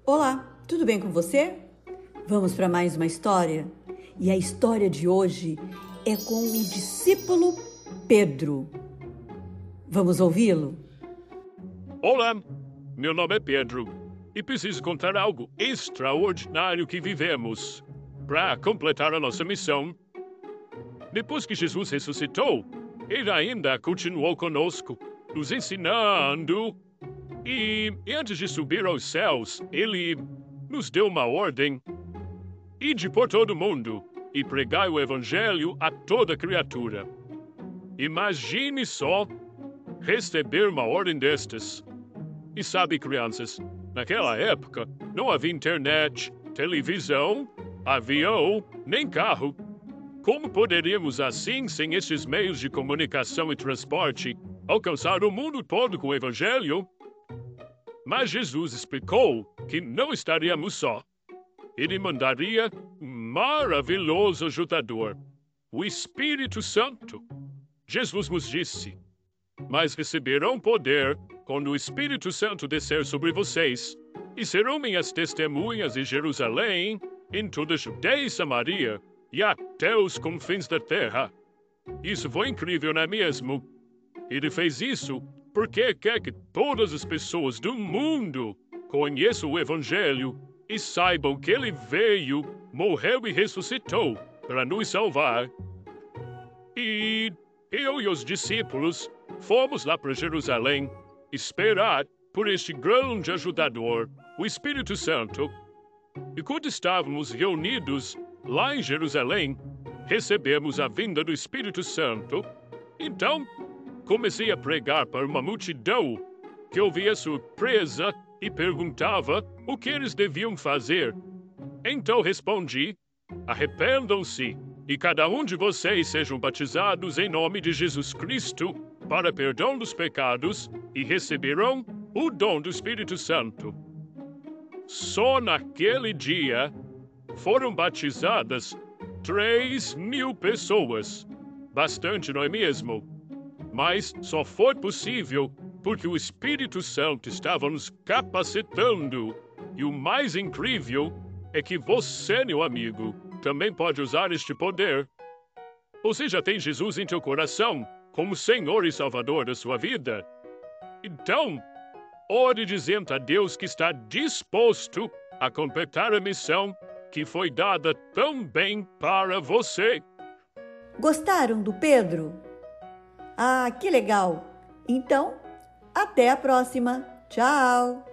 Olá, tudo bem com você? Vamos para mais uma história? E a história de hoje é com o discípulo Pedro. Vamos ouvi-lo? Olá, meu nome é Pedro e preciso contar algo extraordinário que vivemos para completar a nossa missão. Depois que Jesus ressuscitou, ele ainda continuou conosco, nos ensinando. E antes de subir aos céus, ele nos deu uma ordem: ide por todo mundo e pregai o evangelho a toda criatura. Imagine só receber uma ordem destas. E sabe, crianças, naquela época não havia internet, televisão, avião, nem carro. Como poderíamos assim, sem estes meios de comunicação e transporte, alcançar o mundo todo com o evangelho? Mas Jesus explicou que não estaríamos só. Ele mandaria um maravilhoso ajudador, o Espírito Santo. Jesus nos disse: mas receberão poder quando o Espírito Santo descer sobre vocês, e serão minhas testemunhas em Jerusalém, em toda a Judeia e Samaria, e até os confins da terra. Isso foi incrível, não é mesmo? Ele fez isso porque quer que todas as pessoas do mundo conheçam o Evangelho e saibam que ele veio, morreu e ressuscitou para nos salvar. E eu e os discípulos fomos lá para Jerusalém esperar por este grande ajudador, o Espírito Santo. E quando estávamos reunidos lá em Jerusalém, recebemos a vinda do Espírito Santo. Então, comecei a pregar para uma multidão que ouvia surpresa e perguntava o que eles deviam fazer. Então respondi: arrependam-se e cada um de vocês sejam batizados em nome de Jesus Cristo para perdão dos pecados e receberão o dom do Espírito Santo. Só naquele dia foram batizadas 3.000 pessoas. Bastante, não é mesmo? Mas só foi possível porque o Espírito Santo estava nos capacitando. E o mais incrível é que você, meu amigo, também pode usar este poder. Você já tem Jesus em teu coração como Senhor e Salvador da sua vida? Então, ore dizendo a Deus que está disposto a completar a missão que foi dada tão bem para você. Gostaram do Pedro? Ah, que legal! Então, até a próxima! Tchau!